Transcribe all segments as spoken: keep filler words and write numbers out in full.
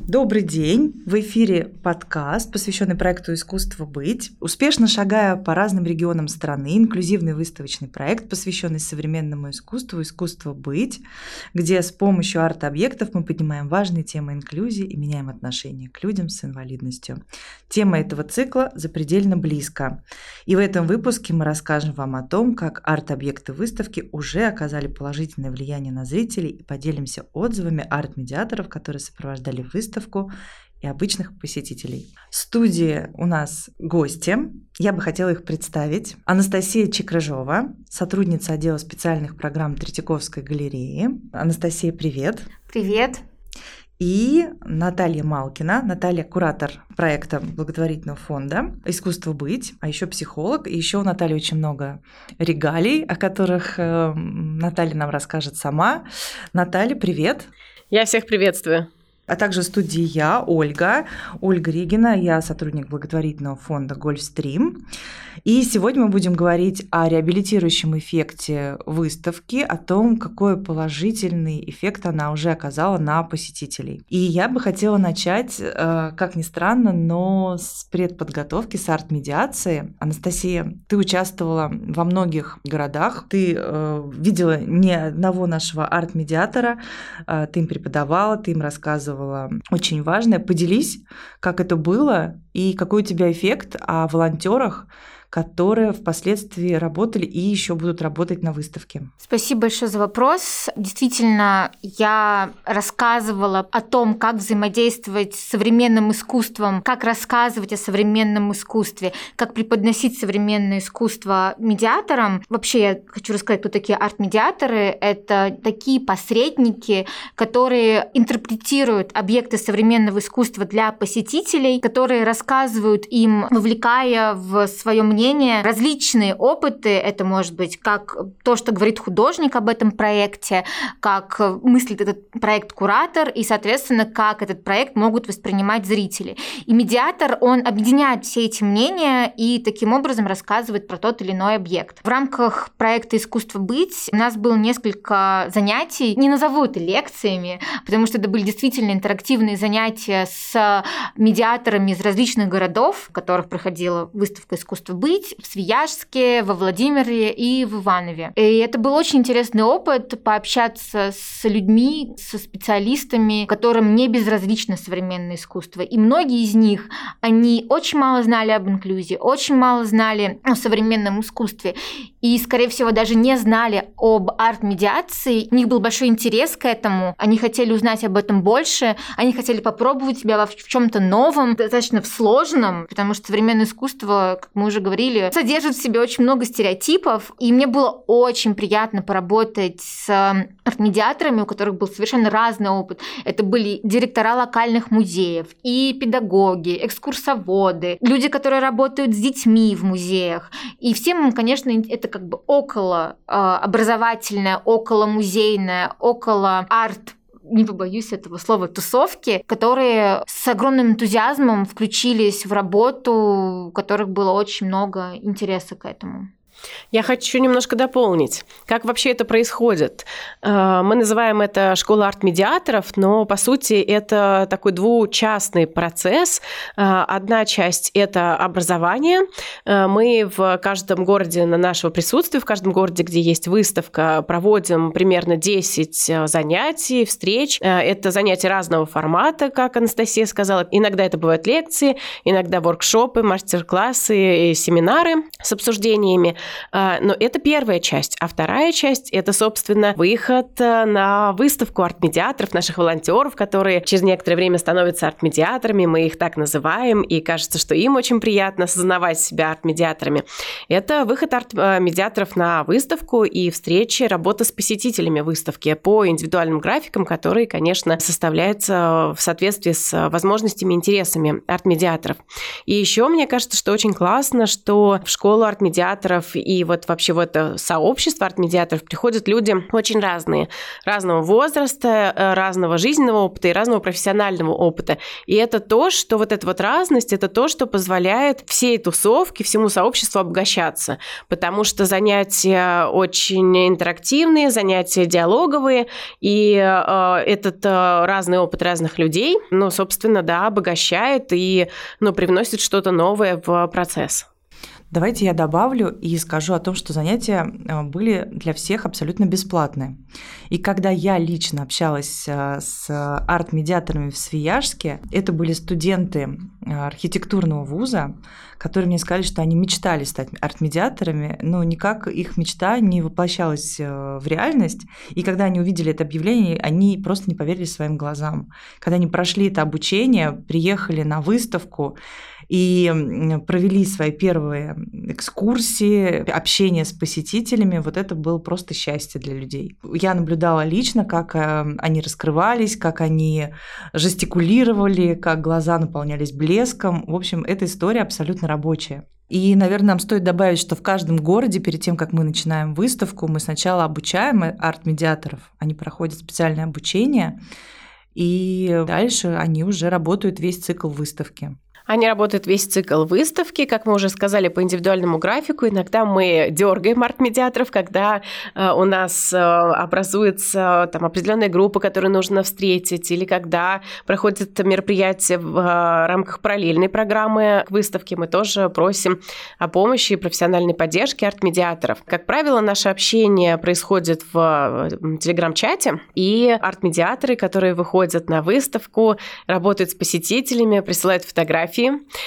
Добрый день! В эфире подкаст, посвященный проекту «Искусство быть». Успешно шагая по разным регионам страны, инклюзивный выставочный проект, посвященный современному искусству «Искусство быть», где с помощью арт-объектов мы поднимаем важные темы инклюзии и меняем отношение к людям с инвалидностью. Тема этого цикла запредельно близко. И в этом выпуске мы расскажем вам о том, как арт-объекты выставки уже оказали положительное влияние на зрителей и поделимся отзывами арт-медиаторов, которые сопровождали выставку, и обычных посетителей. В студии у нас гости. Я бы хотела их представить. Анастасия Чекрыжова, сотрудница отдела специальных программ Третьяковской галереи. Анастасия, привет. Привет. И Наталья Малкина. Наталья – куратор проекта благотворительного фонда «Искусство быть», а еще психолог. И еще у Натальи очень много регалий, о которых э, Наталья нам расскажет сама. Наталья, привет. Я всех приветствую. А также в студии я, Ольга, Ольга Регина, я сотрудник благотворительного фонда «Гольфстрим». И сегодня мы будем говорить о реабилитирующем эффекте выставки, о том, какой положительный эффект она уже оказала на посетителей. И я бы хотела начать, как ни странно, но с предподготовки, с арт-медиации. Анастасия, ты участвовала во многих городах, ты видела не одного нашего арт-медиатора, ты им преподавала, ты им рассказывала очень важное. Поделись, как это было и какой у тебя эффект о волонтерах, которые впоследствии работали и еще будут работать на выставке. Спасибо большое за вопрос. Действительно, я рассказывала о том, как взаимодействовать с современным искусством, как рассказывать о современном искусстве, как преподносить современное искусство медиаторам. Вообще, я хочу рассказать, кто такие арт-медиаторы. Это такие посредники, которые интерпретируют объекты современного искусства для посетителей, которые рассказывают им, вовлекая в свое мнение различные опыты. Это может быть как то, что говорит художник об этом проекте, как мыслит этот проект куратор и, соответственно, как этот проект могут воспринимать зрители. И медиатор, он объединяет все эти мнения и таким образом рассказывает про тот или иной объект. В рамках проекта «Искусство быть» у нас было несколько занятий, не назову это лекциями, потому что это были действительно интерактивные занятия с медиаторами из различных городов, в которых проходила выставка «Искусство быть», в Свияжске, во Владимире и в Иванове. И это был очень интересный опыт пообщаться с людьми, со специалистами, которым не безразлично современное искусство. И многие из них, они очень мало знали об инклюзии, очень мало знали о современном искусстве и, скорее всего, даже не знали об арт-медиации. У них был большой интерес к этому, они хотели узнать об этом больше, они хотели попробовать себя в чем-то новом, достаточно сложном, потому что современное искусство, как мы уже говорили, содержит в себе очень много стереотипов, и мне было очень приятно поработать с арт-медиаторами, у которых был совершенно разный опыт. Это были директора локальных музеев, и педагоги, экскурсоводы, люди, которые работают с детьми в музеях. И всем им, конечно, это как бы около образовательное, около музейное, около арт, не побоюсь этого слова, тусовки, которые с огромным энтузиазмом включились в работу, у которых было очень много интереса к этому. Я хочу немножко дополнить, как вообще это происходит. Мы называем это школа арт-медиаторов, но по сути это такой двучастный процесс. Одна часть – это образование. Мы в каждом городе на нашего присутствия, в каждом городе, где есть выставка, проводим примерно десять занятий, встреч. Это занятия разного формата, как Анастасия сказала. Иногда это бывают лекции, иногда воркшопы, мастер-классы и семинары с обсуждениями. Но это первая часть. А вторая часть – это, собственно, выход на выставку арт-медиаторов, наших волонтеров, которые через некоторое время становятся арт-медиаторами, мы их так называем, и кажется, что им очень приятно осознавать себя арт-медиаторами. Это выход арт-медиаторов на выставку и встречи, работа с посетителями выставки по индивидуальным графикам, которые, конечно, составляются в соответствии с возможностями и интересами арт-медиаторов. И еще мне кажется, что очень классно, что в школу арт-медиаторов и вот вообще в это сообщество арт-медиаторов приходят люди очень разные, разного возраста, разного жизненного опыта и разного профессионального опыта. И это то, что вот эта вот разность, это то, что позволяет всей тусовке, всему сообществу обогащаться, потому что занятия очень интерактивные, занятия диалоговые, и э, этот э, разный опыт разных людей, ну, собственно, да, обогащает и, ну, привносит что-то новое в процесс. Давайте я добавлю и скажу о том, что занятия были для всех абсолютно бесплатные. И когда я лично общалась с арт-медиаторами в Свияжске, это были студенты архитектурного вуза, которые мне сказали, что они мечтали стать арт-медиаторами, но никак их мечта не воплощалась в реальность. И когда они увидели это объявление, они просто не поверили своим глазам. Когда они прошли это обучение, приехали на выставку и провели свои первые экскурсии, общение с посетителями, вот это было просто счастье для людей. Я наблюдала лично, как они раскрывались, как они жестикулировали, как глаза наполнялись блеском. В общем, эта история абсолютно рабочая. И, наверное, нам стоит добавить, что в каждом городе, перед тем, как мы начинаем выставку, мы сначала обучаем арт-медиаторов, они проходят специальное обучение, и дальше они уже работают весь цикл выставки. Они работают весь цикл выставки, как мы уже сказали, по индивидуальному графику. Иногда мы дергаем арт-медиаторов, когда э, у нас э, образуется там определенная группа, которую нужно встретить, или когда проходит мероприятие в э, рамках параллельной программы к выставке, мы тоже просим о помощи и профессиональной поддержке арт-медиаторов. Как правило, наше общение происходит в телеграм-чате, и арт-медиаторы, которые выходят на выставку, работают с посетителями, присылают фотографии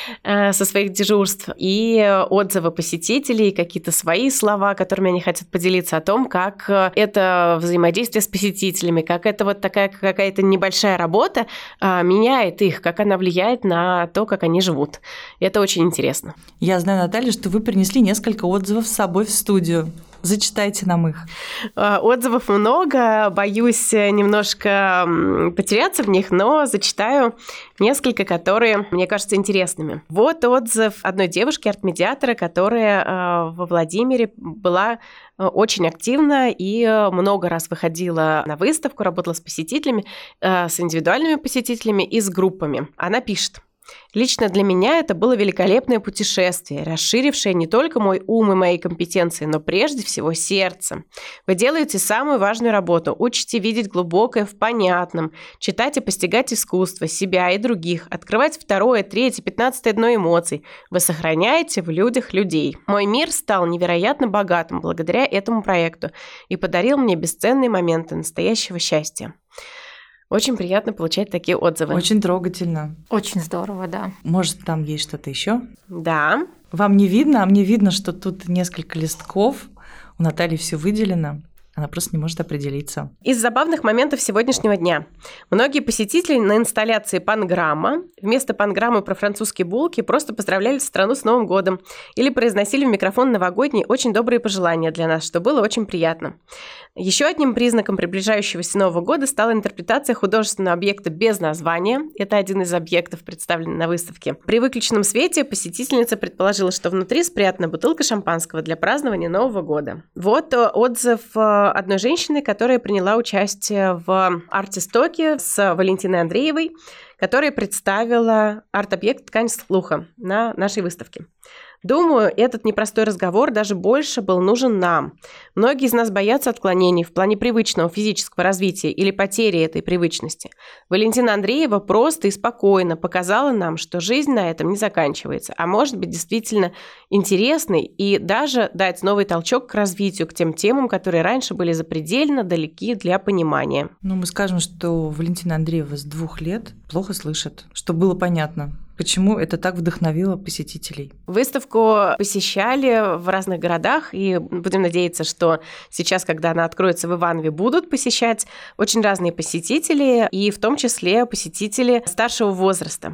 со своих дежурств и отзывы посетителей, какие-то свои слова, которыми они хотят поделиться о том, как это взаимодействие с посетителями, как это вот такая какая-то небольшая работа меняет их, как она влияет на то, как они живут. И это очень интересно. Я знаю, Наталья, что вы принесли несколько отзывов с собой в студию. Зачитайте нам их. Отзывов много, боюсь немножко потеряться в них, но зачитаю несколько, которые мне кажутся интересными. Вот отзыв одной девушки, арт-медиатора, которая во Владимире была очень активна и много раз выходила на выставку, работала с посетителями, с индивидуальными посетителями и с группами. Она пишет: «Лично для меня это было великолепное путешествие, расширившее не только мой ум и мои компетенции, но прежде всего сердце. Вы делаете самую важную работу, учите видеть глубокое в понятном, читать и постигать искусство, себя и других, открывать второе, третье, пятнадцатое дно эмоций. Вы сохраняете в людях людей. Мой мир стал невероятно богатым благодаря этому проекту и подарил мне бесценные моменты настоящего счастья». Очень приятно получать такие отзывы. Очень трогательно. Очень здорово, да. Может, там есть что-то еще? Да. Вам не видно, а мне видно, что тут несколько листков. У Натальи все выделено. Она просто не может определиться. Из забавных моментов сегодняшнего дня. Многие посетители на инсталляции «Панграмма» вместо панграммы про французские булки просто поздравляли страну с Новым годом или произносили в микрофон новогодние очень добрые пожелания для нас, что было очень приятно. Еще одним признаком приближающегося Нового года стала интерпретация художественного объекта без названия. Это один из объектов, представленный на выставке. При выключенном свете посетительница предположила, что внутри спрятана бутылка шампанского для празднования Нового года. Вот отзыв одной женщины, которая приняла участие в арт-истоке с Валентиной Андреевой, которая представила арт-объект «Ткань слуха» на нашей выставке. Думаю, этот непростой разговор даже больше был нужен нам. Многие из нас боятся отклонений в плане привычного физического развития или потери этой привычности. Валентина Андреева просто и спокойно показала нам, что жизнь на этом не заканчивается, а может быть действительно интересной и даже дать новый толчок к развитию, к тем темам, которые раньше были запредельно далеки для понимания. Ну, мы скажем, что Валентина Андреева с двух лет плохо слышит, чтобы было понятно, почему это так вдохновило посетителей. Выставку посещали в разных городах, и будем надеяться, что сейчас, когда она откроется в Иванове, будут посещать очень разные посетители, и в том числе посетители старшего возраста.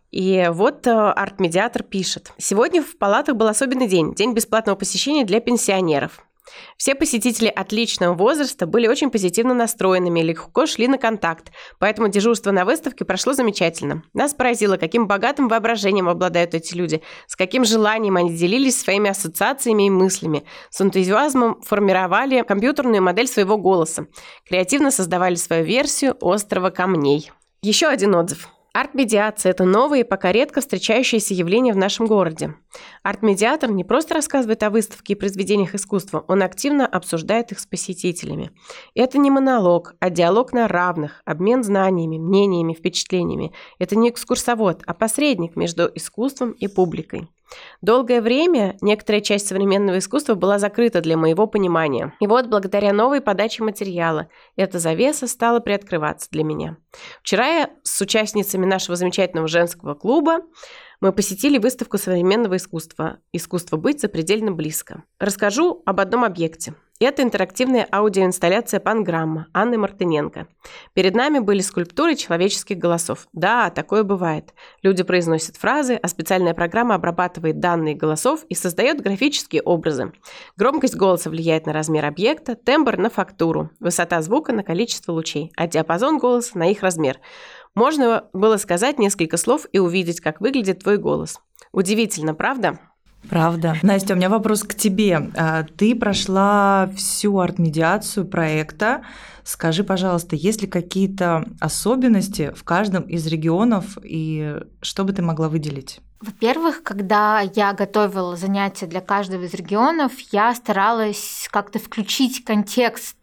И вот арт-медиатор пишет: «Сегодня в палатах был особенный день, день бесплатного посещения для пенсионеров. Все посетители отличного возраста были очень позитивно настроенными и легко шли на контакт, поэтому дежурство на выставке прошло замечательно. Нас поразило, каким богатым воображением обладают эти люди, с каким желанием они делились своими ассоциациями и мыслями, с энтузиазмом формировали компьютерную модель своего голоса, креативно создавали свою версию «Острова камней». Еще один отзыв. Арт-медиация – это новое и пока редко встречающееся явление в нашем городе. Арт-медиатор не просто рассказывает о выставке и произведениях искусства, он активно обсуждает их с посетителями. Это не монолог, а диалог на равных, обмен знаниями, мнениями, впечатлениями. Это не экскурсовод, а посредник между искусством и публикой. Долгое время некоторая часть современного искусства была закрыта для моего понимания. И вот, благодаря новой подаче материала, эта завеса стала приоткрываться для меня. Вчера я с участницами нашего замечательного женского клуба мы посетили выставку современного искусства «Искусство быть запредельно близко». Расскажу об одном объекте. Это интерактивная аудиоинсталляция «Панграмма» Анны Мартыненко. Перед нами были скульптуры человеческих голосов. Да, такое бывает. Люди произносят фразы, а специальная программа обрабатывает данные голосов и создает графические образы. Громкость голоса влияет на размер объекта, тембр на фактуру, высота звука на количество лучей, а диапазон голоса на их размер. Можно было сказать несколько слов и увидеть, как выглядит твой голос. Удивительно, правда? Правда. Настя, у меня вопрос к тебе. Ты прошла всю арт-медиацию проекта. Скажи, пожалуйста, есть ли какие-то особенности в каждом из регионов, и что бы ты могла выделить? Во-первых, когда я готовила занятия для каждого из регионов, я старалась как-то включить контекст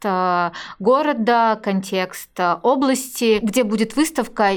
города, контекст области, где будет выставка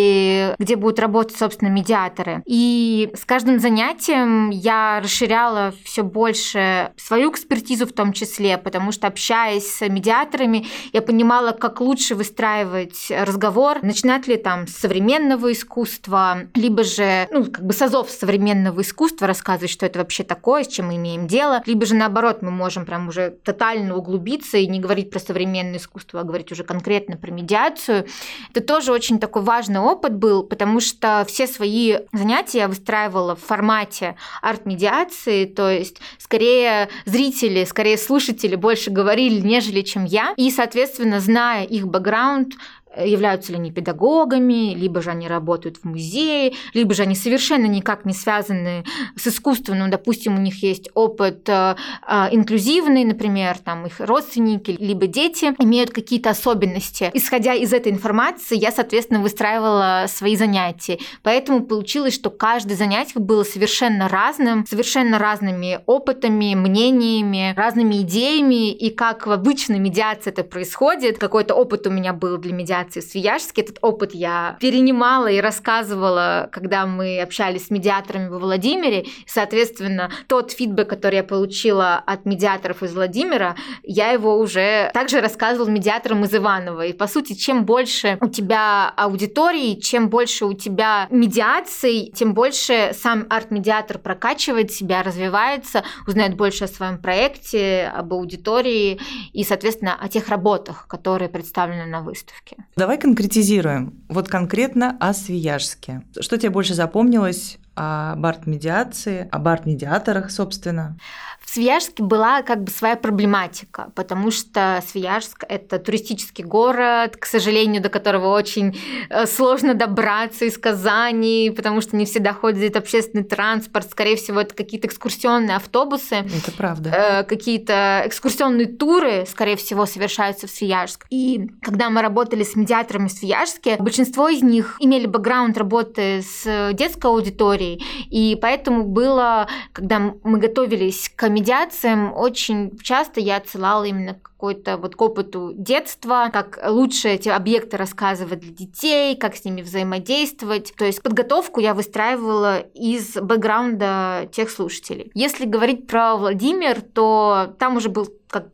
и где будут работать, собственно, медиаторы. И с каждым занятием я расширяла все больше свою экспертизу в том числе, потому что, общаясь с медиаторами, я понимала, как лучше выстраивать разговор, начинать ли там с современного искусства, либо же, ну, как бы с азов современного искусства рассказывать, что это вообще такое, с чем мы имеем дело, либо же наоборот, мы можем прям уже тотально углубиться и не говорить про современное искусство, а говорить уже конкретно про медиацию. Это тоже очень такой важный опыт был, потому что все свои занятия я выстраивала в формате арт-медиации, то есть скорее зрители, скорее слушатели больше говорили, нежели чем я, и, соответственно, зная их бэкграунд, являются ли они педагогами, либо же они работают в музее, либо же они совершенно никак не связаны с искусством, но, допустим, у них есть опыт э, инклюзивный, например, там их родственники, либо дети имеют какие-то особенности. Исходя из этой информации, я, соответственно, выстраивала свои занятия. Поэтому получилось, что каждое занятие было совершенно разным, совершенно разными опытами, мнениями, разными идеями, и как в обычной медиации это происходит. Какой-то опыт у меня был для медиации в Свияжске. Этот опыт я перенимала и рассказывала, когда мы общались с медиаторами во Владимире. Соответственно, тот фидбэк, который я получила от медиаторов из Владимира, я его уже также рассказывала медиаторам из Иваново. И, по сути, чем больше у тебя аудитории, чем больше у тебя медиаций, тем больше сам арт-медиатор прокачивает себя, развивается, узнает больше о своем проекте, об аудитории и, соответственно, о тех работах, которые представлены на выставке. Давай конкретизируем. Вот конкретно о Свияжске. Что тебе больше запомнилось об арт-медиации, об арт-медиаторах, собственно? В Свияжске была как бы своя проблематика, потому что Свияжск – это туристический город, к сожалению, до которого очень сложно добраться из Казани, потому что не всегда ходит общественный транспорт, скорее всего, это какие-то экскурсионные автобусы. Это правда. Какие-то экскурсионные туры, скорее всего, совершаются в Свияжск. И когда мы работали с медиаторами в Свияжске, большинство из них имели бэкграунд работы с детской аудиторией, и поэтому было, когда мы готовились к медиациям, очень часто я отсылала именно какой-то вот к опыту детства, как лучше эти объекты рассказывать для детей, как с ними взаимодействовать. То есть подготовку я выстраивала из бэкграунда тех слушателей. Если говорить про Владимир, то там уже был как-то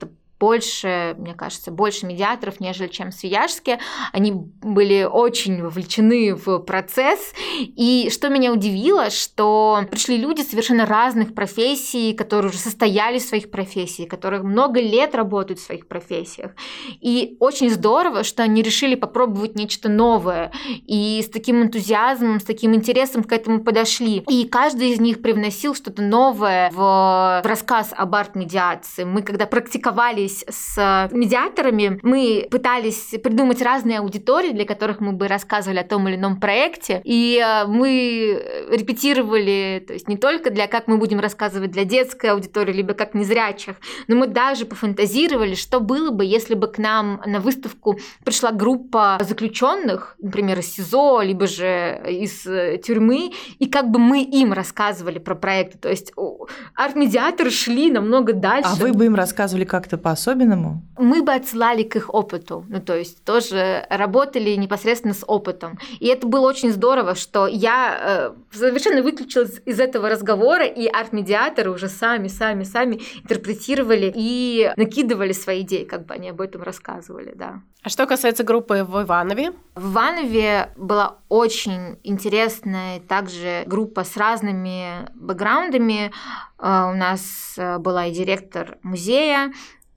больше, мне кажется, больше медиаторов, нежели чем в Свияжске. Они были очень вовлечены в процесс. И что меня удивило, что пришли люди совершенно разных профессий, которые уже состоялись в своих профессиях, которые много лет работают в своих профессиях. И очень здорово, что они решили попробовать нечто новое. И с таким энтузиазмом, с таким интересом к этому подошли. И каждый из них привносил что-то новое в рассказ об арт-медиации. Мы, когда практиковались с медиаторами, мы пытались придумать разные аудитории, для которых мы бы рассказывали о том или ином проекте. И мы репетировали, то есть не только для как мы будем рассказывать для детской аудитории, либо как незрячих, но мы даже пофантазировали, что было бы, если бы к нам на выставку пришла группа заключенных, например, из СИЗО, либо же из тюрьмы, и как бы мы им рассказывали про проекты. То есть арт-медиаторы шли намного дальше. А вы бы им рассказывали как-то по-особенному? Мы бы отсылали к их опыту, ну то есть тоже работали непосредственно с опытом. И это было очень здорово, что я э, совершенно выключилась из этого разговора, и арт-медиаторы уже сами, сами, сами интерпретировали и накидывали свои идеи, как бы они об этом рассказывали, да. А что касается группы в Иванове? В Иванове была очень интересная также группа с разными бэкграундами. У нас была и директор музея,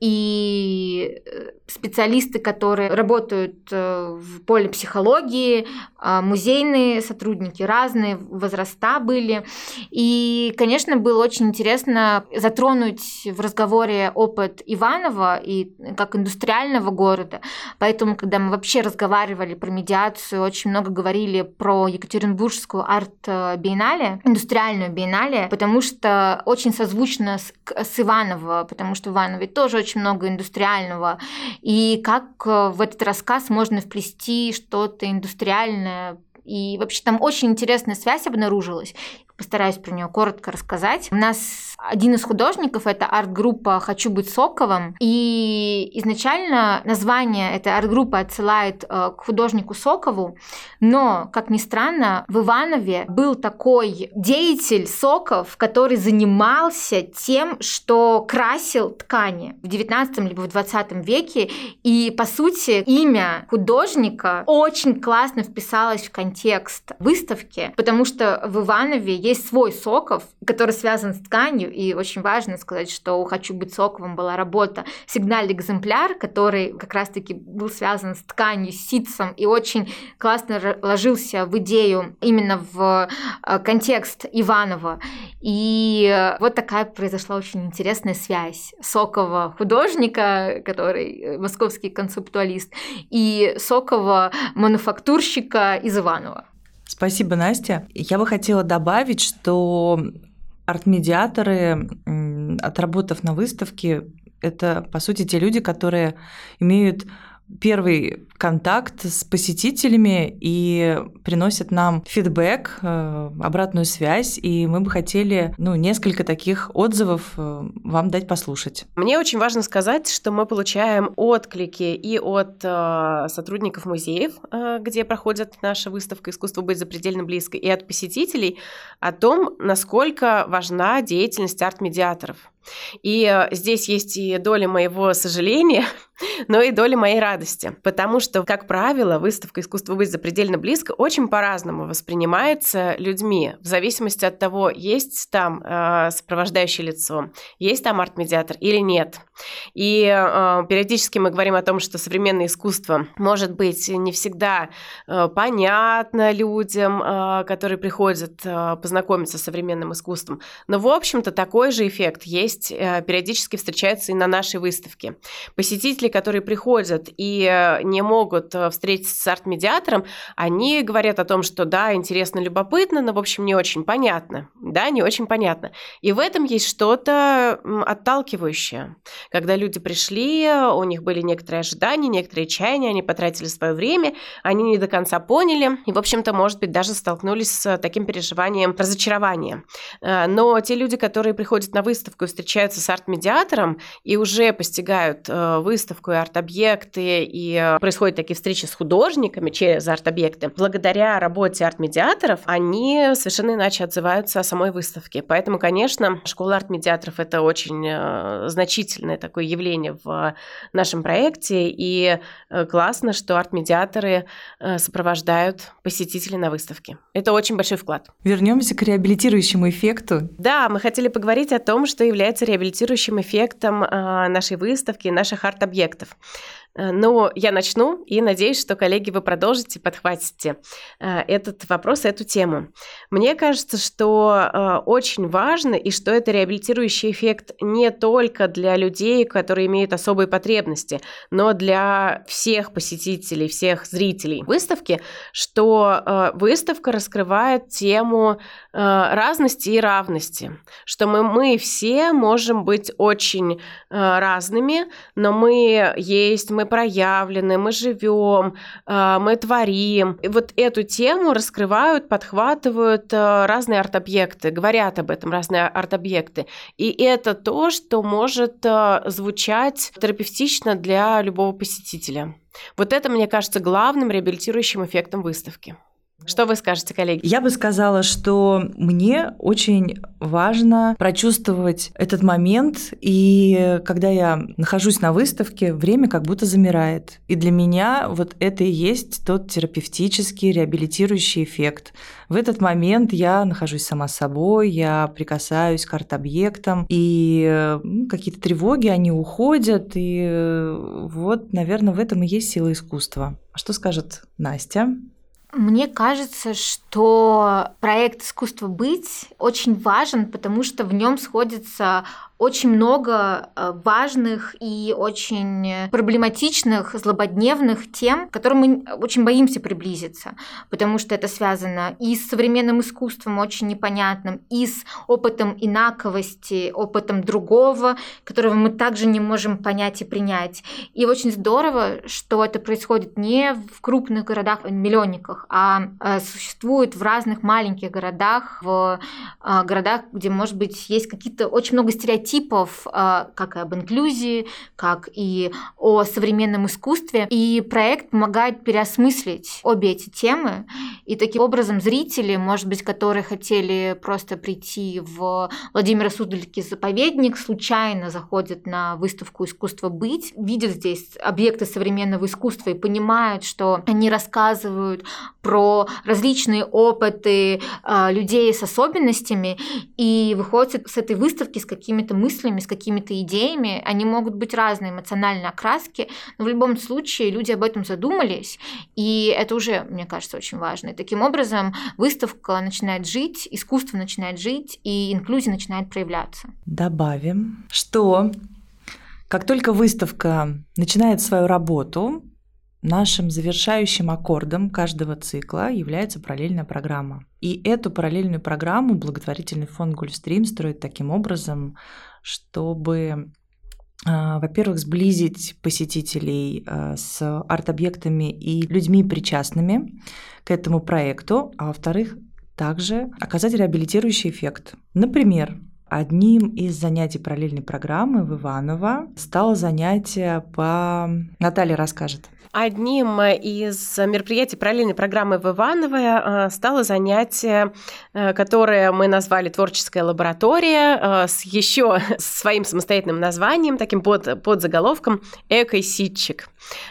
и специалисты, которые работают в поле психологии, музейные сотрудники, разные возраста были. И, конечно, было очень интересно затронуть в разговоре опыт Иванова и как индустриального города. Поэтому, когда мы вообще разговаривали про медиацию, очень много говорили про Екатеринбургскую арт-биеннале, индустриальную биеннале, потому что очень созвучно с, с Иваново, потому что в Иванове тоже очень много индустриального. И как в этот рассказ можно вплести что-то индустриальное. И вообще там очень интересная связь обнаружилась. Постараюсь про нее коротко рассказать. У нас один из художников — это арт-группа «Хочу быть Соковым». И изначально название этой арт-группы отсылает к художнику Сокову. Но, как ни странно, в Иванове был такой деятель Соков, который занимался тем, что красил ткани в девятнадцатом либо в двадцатом веке. И, по сути, имя художника очень классно вписалось в контекст выставки, потому что в Иванове есть свой Соков, который связан с тканью, и очень важно сказать, что у «Хочу быть Соковым» была работа «Сигнальный экземпляр», который как раз-таки был связан с тканью, с ситцем, и очень классно ложился в идею именно в контекст Иванова. И вот такая произошла очень интересная связь Сокова художника, который московский концептуалист, и Сокова мануфактурщика из Иванова. Спасибо, Настя. Я бы хотела добавить, что арт-медиаторы, отработав на выставке, это, по сути, те люди, которые имеют первый контакт с посетителями и приносят нам фидбэк, обратную связь, и мы бы хотели, ну, несколько таких отзывов вам дать послушать. Мне очень важно сказать, что мы получаем отклики и от э, сотрудников музеев, э, где проходит наша выставка «Искусство быть запредельно близко», и от посетителей о том, насколько важна деятельность арт-медиаторов. И здесь есть и доля моего сожаления, но и доля моей радости, потому что, как правило, выставка «Искусство быть запредельно близко» очень по-разному воспринимается людьми, в зависимости от того, есть там э, сопровождающее лицо, есть там арт-медиатор или нет. И э, периодически мы говорим о том, что современное искусство может быть не всегда э, понятно людям, э, которые приходят э, познакомиться с современным искусством, но, в общем-то, такой же эффект есть, периодически встречается и на нашей выставке. Посетители, которые приходят и не могут встретиться с арт-медиатором, они говорят о том, что да, интересно, любопытно, но, в общем, не очень понятно. Да, не очень понятно. И в этом есть что-то отталкивающее. Когда люди пришли, у них были некоторые ожидания, некоторые чаяния, они потратили свое время, они не до конца поняли и, в общем-то, может быть, даже столкнулись с таким переживанием разочарования. Но те люди, которые приходят на выставку и встречаются встречаются с арт-медиатором и уже постигают выставку и арт-объекты, и происходят такие встречи с художниками через арт-объекты, благодаря работе арт-медиаторов они совершенно иначе отзываются о самой выставке. Поэтому, конечно, школа арт-медиаторов – это очень значительное такое явление в нашем проекте, и классно, что арт-медиаторы сопровождают посетителей на выставке. Это очень большой вклад. Вернемся к реабилитирующему эффекту. Да, мы хотели поговорить о том, что является реабилитирующим эффектом нашей выставки, наших арт-объектов. Ну, я начну и надеюсь, что, коллеги, вы продолжите, подхватите этот вопрос, эту тему. Мне кажется, что очень важно, и что это реабилитирующий эффект не только для людей, которые имеют особые потребности, но для всех посетителей, всех зрителей выставки, что выставка раскрывает тему разности и равности, что мы, мы все можем быть очень разными, но мы есть, мы проявлены, мы живем, мы творим. И вот эту тему раскрывают, подхватывают разные арт-объекты, говорят об этом разные арт-объекты. И это то, что может звучать терапевтично для любого посетителя. Вот это, мне кажется, главным реабилитирующим эффектом выставки. Что вы скажете, коллеги? Я бы сказала, что мне очень важно прочувствовать этот момент, и когда я нахожусь на выставке, время как будто замирает. И для меня вот это и есть тот терапевтический, реабилитирующий эффект. В этот момент я нахожусь сама с собой, я прикасаюсь к арт-объектам, и ну, какие-то тревоги, они уходят, и вот, наверное, в этом и есть сила искусства. А что скажет Настя? Мне кажется, что проект «Искусство быть» очень важен, потому что в нем сходится очень много важных и очень проблематичных, злободневных тем, к которым мы очень боимся приблизиться, потому что это связано и с современным искусством очень непонятным, и с опытом инаковости, опытом другого, которого мы также не можем понять и принять. И очень здорово, что это происходит не в крупных городах, миллионниках, а существует в разных маленьких городах, в городах, где, может быть, есть какие-то очень много стереотипов, типов, как и об инклюзии, как и о современном искусстве. И проект помогает переосмыслить обе эти темы. И таким образом зрители, может быть, которые хотели просто прийти в Владимира Суздальский заповедник, случайно заходят на выставку «Искусство быть», видят здесь объекты современного искусства и понимают, что они рассказывают про различные опыты людей с особенностями и выходят с этой выставки с какими-то мыслями, с какими-то идеями. Они могут быть разные эмоциональные окраски, но в любом случае люди об этом задумались, и это уже, мне кажется, очень важно. И таким образом выставка начинает жить, искусство начинает жить, и инклюзия начинает проявляться. Добавим, что как только выставка начинает свою работу, нашим завершающим аккордом каждого цикла является параллельная программа. И эту параллельную программу благотворительный фонд Гольфстрим строит таким образом, чтобы, во-первых, сблизить посетителей с арт-объектами и людьми, причастными к этому проекту, а во-вторых, также оказать реабилитирующий эффект. Например, одним из занятий параллельной программы в Иваново стало занятие по... Наталья расскажет. Одним из мероприятий параллельной программы в Иваново стало занятие, которое мы назвали «Творческая лаборатория», с еще своим самостоятельным названием, таким под, подзаголовком «Эко-ситчик».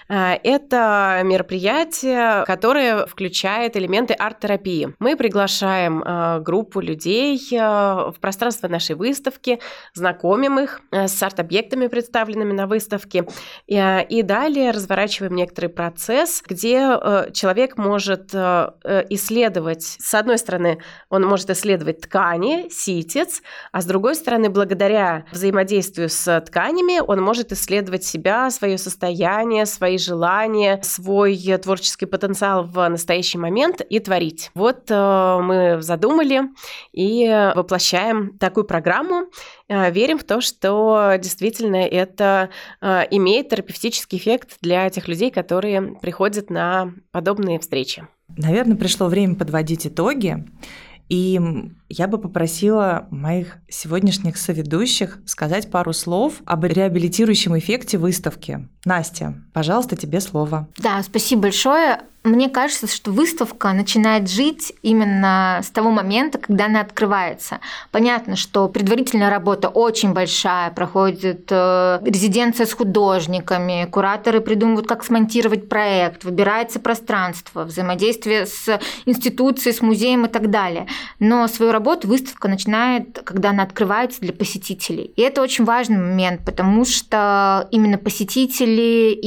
Это мероприятие, которое включает элементы арт-терапии. Мы приглашаем группу людей в пространство нашей выставки, знакомим их с арт-объектами, представленными на выставке, и далее разворачиваем некоторый процесс, где человек может исследовать, с одной стороны, он может исследовать ткани, ситец, а с другой стороны, благодаря взаимодействию с тканями, он может исследовать себя, свое состояние, свои желания, свой творческий потенциал в настоящий момент и творить. Вот мы задумали и воплощаем такую программу. Верим в то, что действительно это имеет терапевтический эффект для тех людей, которые приходят на подобные встречи. Наверное, пришло время подводить итоги. И я бы попросила моих сегодняшних соведущих сказать пару слов об реабилитирующем эффекте выставки. Настя, пожалуйста, тебе слово. Да, спасибо большое. Мне кажется, что выставка начинает жить именно с того момента, когда она открывается. Понятно, что предварительная работа очень большая, проходит э, резиденция с художниками, кураторы придумывают, как смонтировать проект, выбирается пространство, взаимодействие с институцией, с музеем и так далее. Но свою работу выставка начинает, когда она открывается для посетителей. И это очень важный момент, потому что именно посетители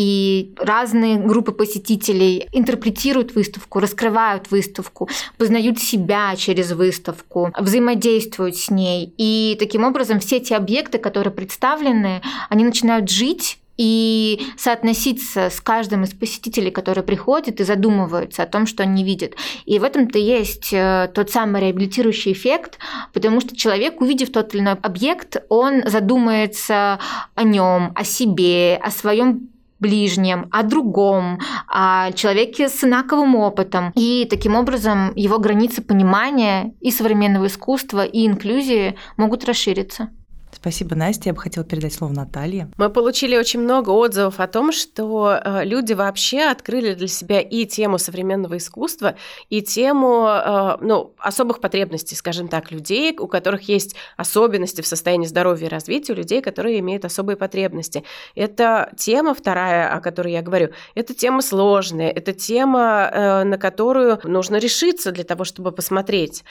и разные группы посетителей интерпретируют интерпретируют выставку, раскрывают выставку, познают себя через выставку, взаимодействуют с ней. И таким образом все те объекты, которые представлены, они начинают жить и соотноситься с каждым из посетителей, которые приходят и задумываются о том, что они видят. И в этом-то есть тот самый реабилитирующий эффект, потому что человек, увидев тот или иной объект, он задумается о нем, о себе, о своем ближнем, о другом, о человеке с инаковым опытом. И таким образом его границы понимания и современного искусства, и инклюзии могут расшириться. Спасибо, Настя. Я бы хотела передать слово Наталье. Мы получили очень много отзывов о том, что люди вообще открыли для себя и тему современного искусства, и тему ну, особых потребностей, скажем так, людей, у которых есть особенности в состоянии здоровья и развития, у людей, которые имеют особые потребности. Это тема вторая, о которой я говорю, это тема сложная, это тема, на которую нужно решиться для того, чтобы посмотреть.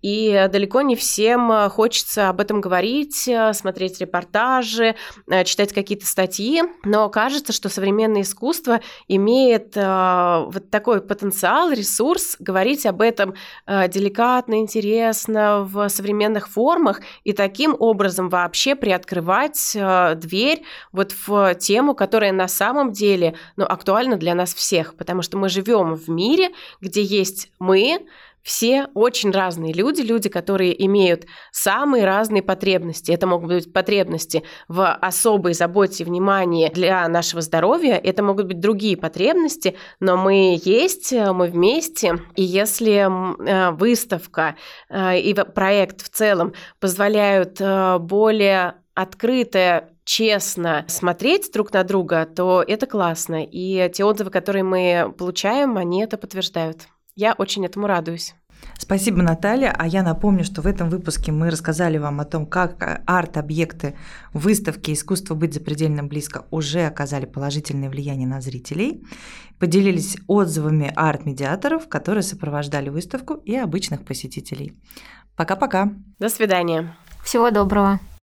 И далеко не всем хочется об этом говорить, смотреть репортажи, читать какие-то статьи, но кажется, что современное искусство имеет э, вот такой потенциал, ресурс говорить об этом э, деликатно, интересно, в современных формах и таким образом вообще приоткрывать э, дверь вот в тему, которая на самом деле ну, актуальна для нас всех, потому что мы живем в мире, где есть мы, все очень разные люди, люди, которые имеют самые разные потребности. Это могут быть потребности в особой заботе и внимании для нашего здоровья, это могут быть другие потребности, но мы есть, мы вместе, и если выставка и проект в целом позволяют более открыто, честно смотреть друг на друга, то это классно. И те отзывы, которые мы получаем, они это подтверждают. Я очень этому радуюсь. Спасибо, Наталья. А я напомню, что в этом выпуске мы рассказали вам о том, как арт-объекты выставки «Искусство быть запредельно близко» уже оказали положительное влияние на зрителей, поделились отзывами арт-медиаторов, которые сопровождали выставку, и обычных посетителей. Пока-пока. До свидания. Всего доброго.